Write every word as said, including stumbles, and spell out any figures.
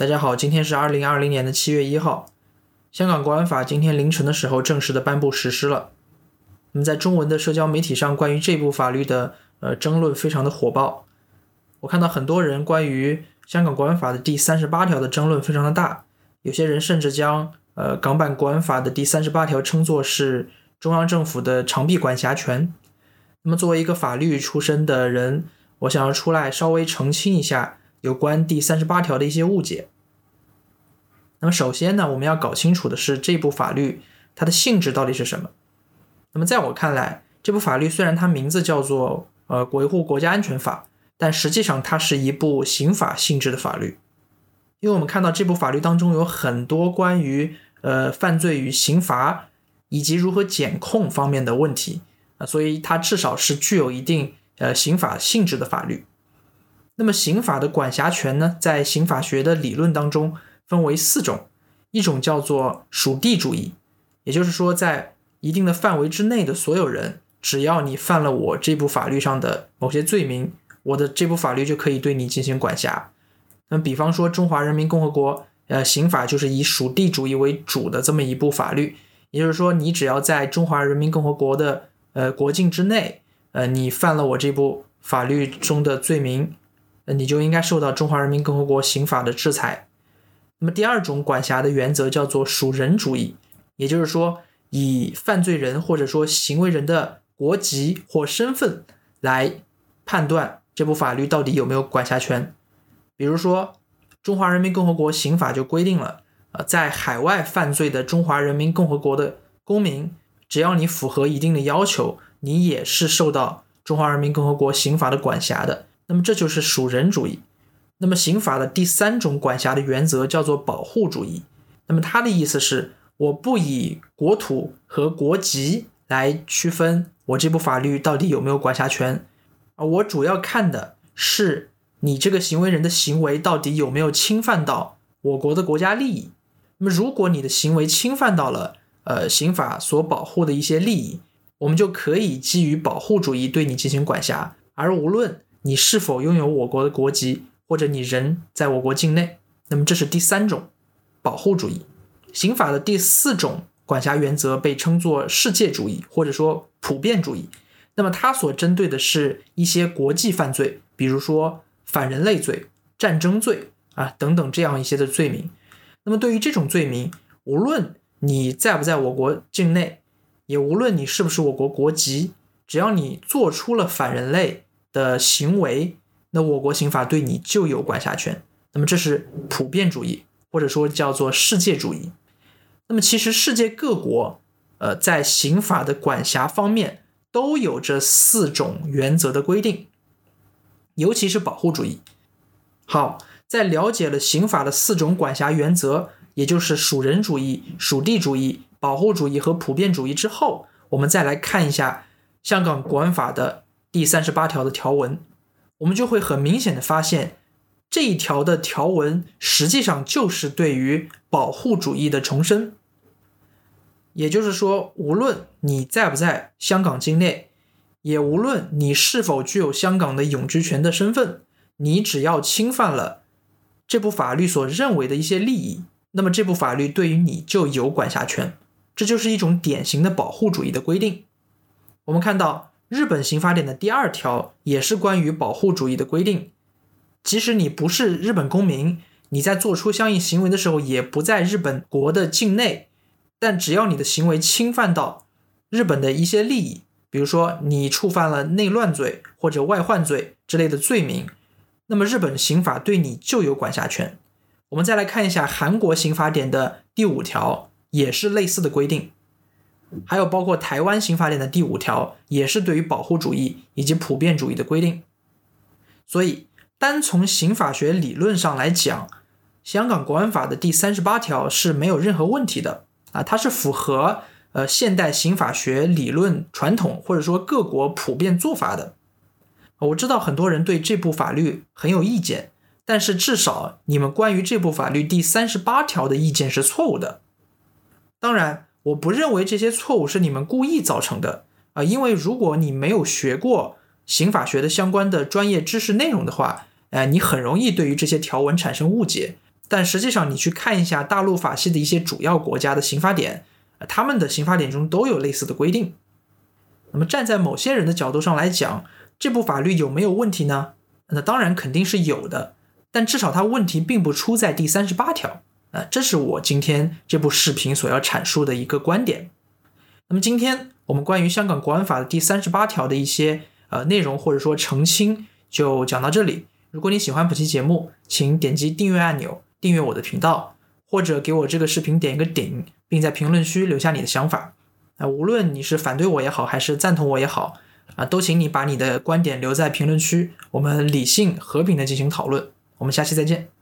大家好，今天是二零二零年的七月一号，香港国安法今天凌晨的时候正式的颁布实施了。那么在中文的社交媒体上，关于这部法律的呃争论非常的火爆。我看到很多人关于香港国安法的第三十八条的争论非常的大，有些人甚至将呃港版国安法的第三十八条称作是中央政府的长臂管辖权。那么作为一个法律出身的人，我想要出来稍微澄清一下有关第三十八条的一些误解。那么首先呢，我们要搞清楚的是这部法律它的性质到底是什么。那么在我看来，这部法律虽然它名字叫做呃维护国家安全法，但实际上它是一部刑法性质的法律。因为我们看到这部法律当中有很多关于呃犯罪与刑罚以及如何检控方面的问题，呃、所以它至少是具有一定呃刑法性质的法律。那么刑法的管辖权呢，在刑法学的理论当中分为四种，一种叫做属地主义，也就是说在一定的范围之内的所有人，只要你犯了我这部法律上的某些罪名，我的这部法律就可以对你进行管辖。那么比方说中华人民共和国呃刑法就是以属地主义为主的这么一部法律，也就是说你只要在中华人民共和国的呃国境之内，呃你犯了我这部法律中的罪名，呃你就应该受到中华人民共和国刑法的制裁。那么第二种管辖的原则叫做属人主义，也就是说以犯罪人或者说行为人的国籍或身份来判断这部法律到底有没有管辖权。比如说中华人民共和国刑法就规定了，呃，在海外犯罪的中华人民共和国的公民，只要你符合一定的要求，你也是受到中华人民共和国刑法的管辖的。那么这就是属人主义。那么刑法的第三种管辖的原则叫做保护主义。那么它的意思是，我不以国土和国籍来区分我这部法律到底有没有管辖权，而我主要看的是你这个行为人的行为到底有没有侵犯到我国的国家利益。那么如果你的行为侵犯到了呃刑法所保护的一些利益，我们就可以基于保护主义对你进行管辖，而无论你是否拥有我国的国籍，或者你人在我国境内。那么这是第三种保护主义。刑法的第四种管辖原则被称作世界主义或者说普遍主义。那么它所针对的是一些国际犯罪，比如说反人类罪、战争罪啊等等这样一些的罪名。那么对于这种罪名，无论你在不在我国境内，也无论你是不是我国国籍，只要你做出了反人类的行为，那我国刑法对你就有管辖权。那么这是普遍主义，或者说叫做世界主义。那么其实世界各国呃，在刑法的管辖方面都有这四种原则的规定，尤其是保护主义。好，在了解了刑法的四种管辖原则，也就是属人主义、属地主义、保护主义和普遍主义之后，我们再来看一下香港国安法的第三十八条的条文，我们就会很明显的发现，这一条的条文实际上就是对于保护主义的重申。也就是说，无论你在不在香港境内，也无论你是否具有香港的永居权的身份，你只要侵犯了这部法律所认为的一些利益，那么这部法律对于你就有管辖权。这就是一种典型的保护主义的规定。我们看到日本刑法典的第二条也是关于保护主义的规定，即使你不是日本公民，你在做出相应行为的时候也不在日本国的境内，但只要你的行为侵犯到日本的一些利益，比如说你触犯了内乱罪或者外患罪之类的罪名，那么日本刑法对你就有管辖权。我们再来看一下韩国刑法典的第五条，也是类似的规定。还有包括台湾刑法典的第五条，也是对于保护主义以及普遍主义的规定。所以单从刑法学理论上来讲，香港国安法的第三十八条是没有任何问题的啊，它是符合呃现代刑法学理论传统或者说各国普遍做法的。我知道很多人对这部法律很有意见，但是至少你们关于这部法律第三十八条的意见是错误的。当然我不认为这些错误是你们故意造成的啊，因为如果你没有学过刑法学的相关的专业知识内容的话，呃，你很容易对于这些条文产生误解。 但实际上你去看一下大陆法系的一些主要国家的刑法典，他们的刑法典中都有类似的规定。那么站在某些人的角度上来讲，这部法律有没有问题呢？那当然肯定是有的，但至少它问题并不出在第三十八条。呃，这是我今天这部视频所要阐述的一个观点。那么今天我们关于香港国安法的第三十八条的一些呃内容或者说澄清就讲到这里。如果你喜欢本期节目，请点击订阅按钮，订阅我的频道，或者给我这个视频点一个顶，并在评论区留下你的想法。啊，无论你是反对我也好，还是赞同我也好，啊，都请你把你的观点留在评论区，我们理性和平的进行讨论。我们下期再见。